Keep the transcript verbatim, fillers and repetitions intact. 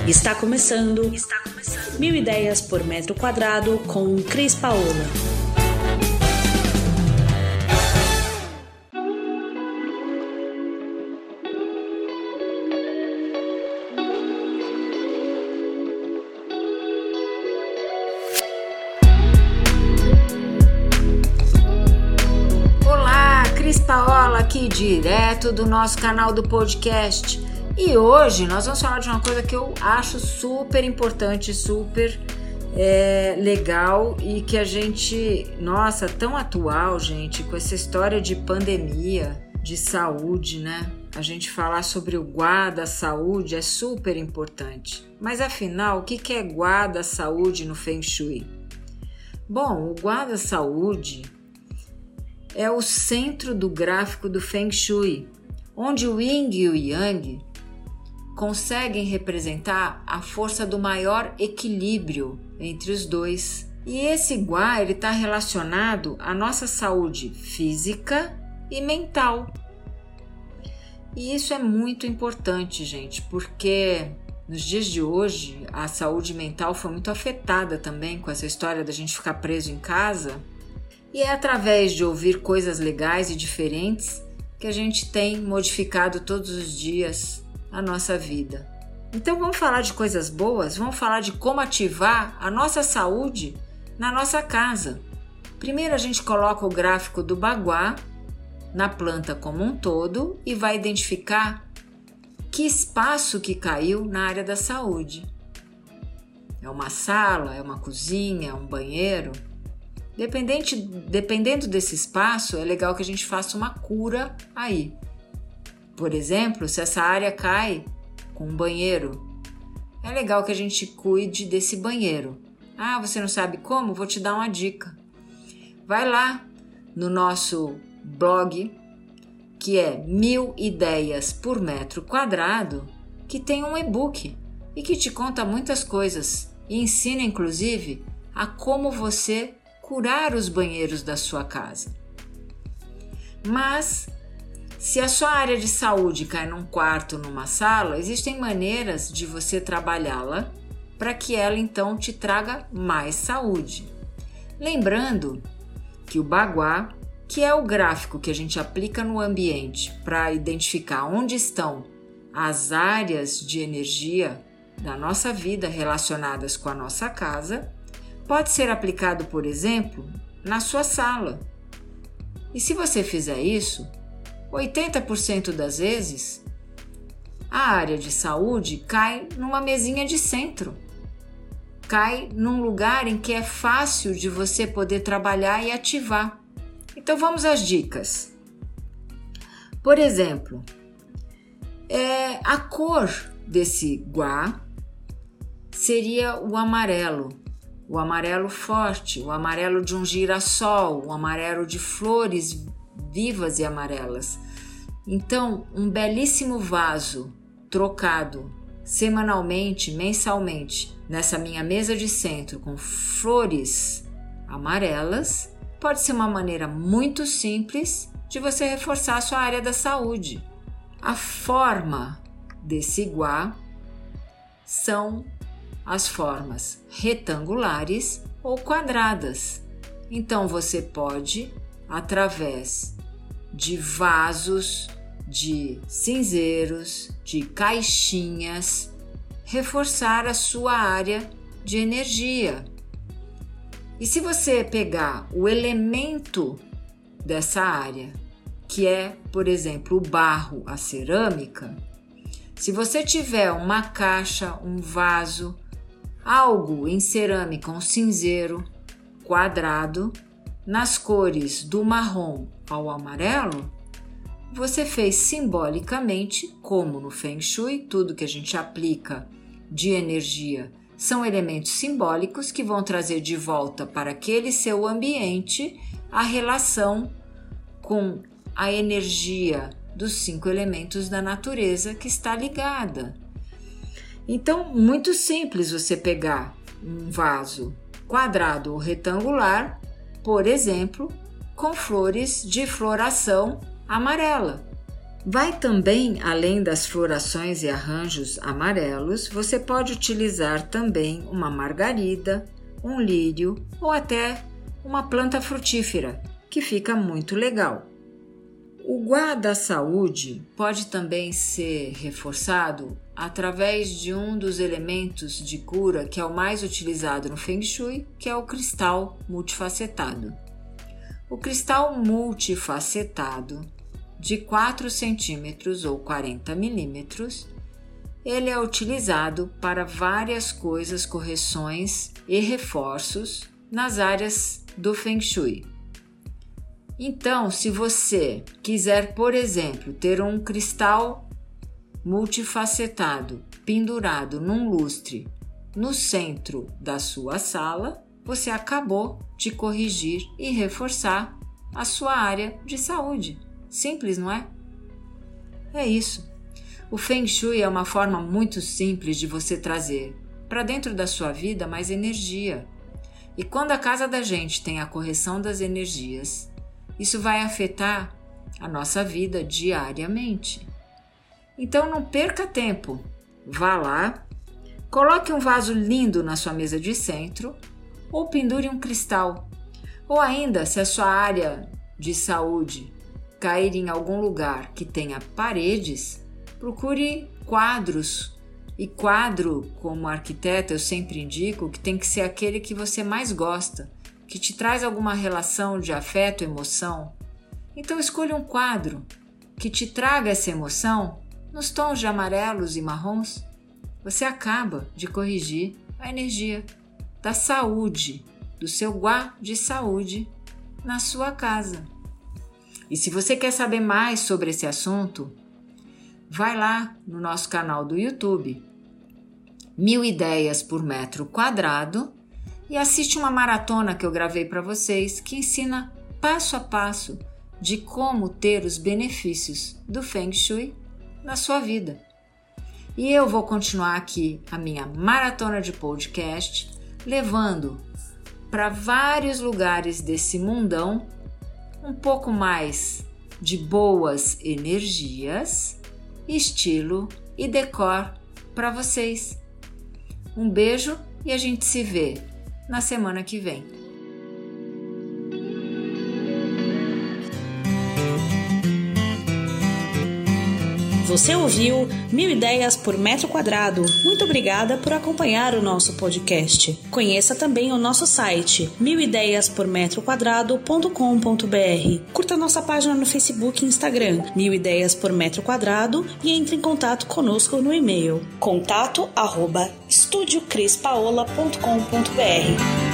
Está começando, Está começando. Mil ideias por metro quadrado com Cris Paola. Olá, Cris Paola aqui direto do nosso canal do podcast. E hoje nós vamos falar de uma coisa que eu acho super importante, super é, legal e que a gente, nossa, tão atual, gente, com essa história de pandemia, de saúde, né? A gente falar sobre o guarda-saúde é super importante. Mas afinal, o que é guarda-saúde no Feng Shui? Bom, o guarda-saúde é o centro do gráfico do Feng Shui, onde o Yin e o Yang conseguem representar a força do maior equilíbrio entre os dois. E esse Gua está relacionado à nossa saúde física e mental. E isso é muito importante, gente, porque nos dias de hoje a saúde mental foi muito afetada também com essa história da gente ficar preso em casa. E é através de ouvir coisas legais e diferentes que a gente tem modificado todos os dias a nossa vida. Então vamos falar de coisas boas, vamos falar de como ativar a nossa saúde na nossa casa. Primeiro a gente coloca o gráfico do Bagua na planta como um todo e vai identificar que espaço que caiu na área da saúde. É uma sala, é uma cozinha, é um banheiro? Dependente, dependendo desse espaço, é legal que a gente faça uma cura aí. Por exemplo, se essa área cai com um banheiro, é legal que a gente cuide desse banheiro. Ah, você não sabe como? Vou te dar uma dica. Vai lá no nosso blog, que é Mil Ideias por Metro Quadrado, que tem um e-book e que te conta muitas coisas e ensina, inclusive, a como você curar os banheiros da sua casa. Mas se a sua área de saúde cai num quarto, numa sala, existem maneiras de você trabalhá-la para que ela então te traga mais saúde. Lembrando que o Bagua, que é o gráfico que a gente aplica no ambiente para identificar onde estão as áreas de energia da nossa vida relacionadas com a nossa casa, pode ser aplicado, por exemplo, na sua sala. E se você fizer isso, oitenta por cento das vezes, a área de saúde cai numa mesinha de centro. Cai num lugar em que é fácil de você poder trabalhar e ativar. Então vamos às dicas. Por exemplo, é, a cor desse Gua seria o amarelo. O amarelo forte, o amarelo de um girassol, o amarelo de flores vivas e amarelas. Então, um belíssimo vaso trocado semanalmente, mensalmente, nessa minha mesa de centro com flores amarelas, pode ser uma maneira muito simples de você reforçar a sua área da saúde. A forma desse Gua são as formas retangulares ou quadradas. Então você pode, através de vasos, de cinzeiros, de caixinhas, reforçar a sua área de energia. E se você pegar o elemento dessa área, que é, por exemplo, o barro, a cerâmica, se você tiver uma caixa, um vaso, algo em cerâmica, um cinzeiro quadrado, nas cores do marrom ao amarelo, você fez simbolicamente, como no Feng Shui, tudo que a gente aplica de energia são elementos simbólicos que vão trazer de volta para aquele seu ambiente a relação com a energia dos cinco elementos da natureza que está ligada. Então, muito simples você pegar um vaso quadrado ou retangular, por exemplo, com flores de floração amarela. Vai também, além das florações e arranjos amarelos, você pode utilizar também uma margarida, um lírio ou até uma planta frutífera, que fica muito legal. O Gua da Saúde pode também ser reforçado através de um dos elementos de cura que é o mais utilizado no Feng Shui, que é o cristal multifacetado. O cristal multifacetado de quatro centímetros ou quarenta milímetros, ele é utilizado para várias coisas, correções e reforços nas áreas do Feng Shui. Então, se você quiser, por exemplo, ter um cristal multifacetado pendurado num lustre no centro da sua sala, você acabou de corrigir e reforçar a sua área de saúde. Simples, não é? É isso. O Feng Shui é uma forma muito simples de você trazer para dentro da sua vida mais energia. E quando a casa da gente tem a correção das energias, isso vai afetar a nossa vida diariamente. Então não perca tempo. Vá lá, coloque um vaso lindo na sua mesa de centro ou pendure um cristal. Ou ainda, se a sua área de saúde cair em algum lugar que tenha paredes, procure quadros. E quadro, como arquiteta, eu sempre indico que tem que ser aquele que você mais gosta, que te traz alguma relação de afeto, emoção. Então escolha um quadro que te traga essa emoção nos tons de amarelos e marrons. Você acaba de corrigir a energia da saúde, do seu Gua de saúde na sua casa. E se você quer saber mais sobre esse assunto, vai lá no nosso canal do YouTube, Mil Ideias por Metro Quadrado, e assiste uma maratona que eu gravei para vocês que ensina passo a passo de como ter os benefícios do Feng Shui na sua vida. E eu vou continuar aqui a minha maratona de podcast, levando para vários lugares desse mundão um pouco mais de boas energias, estilo e decor para vocês. Um beijo e a gente se vê na semana que vem. Você ouviu Mil Ideias por Metro Quadrado. Muito obrigada por acompanhar o nosso podcast. Conheça também o nosso site mil ideias por metro quadrado ponto com ponto b r. Curta nossa página no Facebook e Instagram, Mil Ideias por Metro Quadrado, e entre em contato conosco no e-mail contato arroba estúdio cris paola ponto com ponto b r.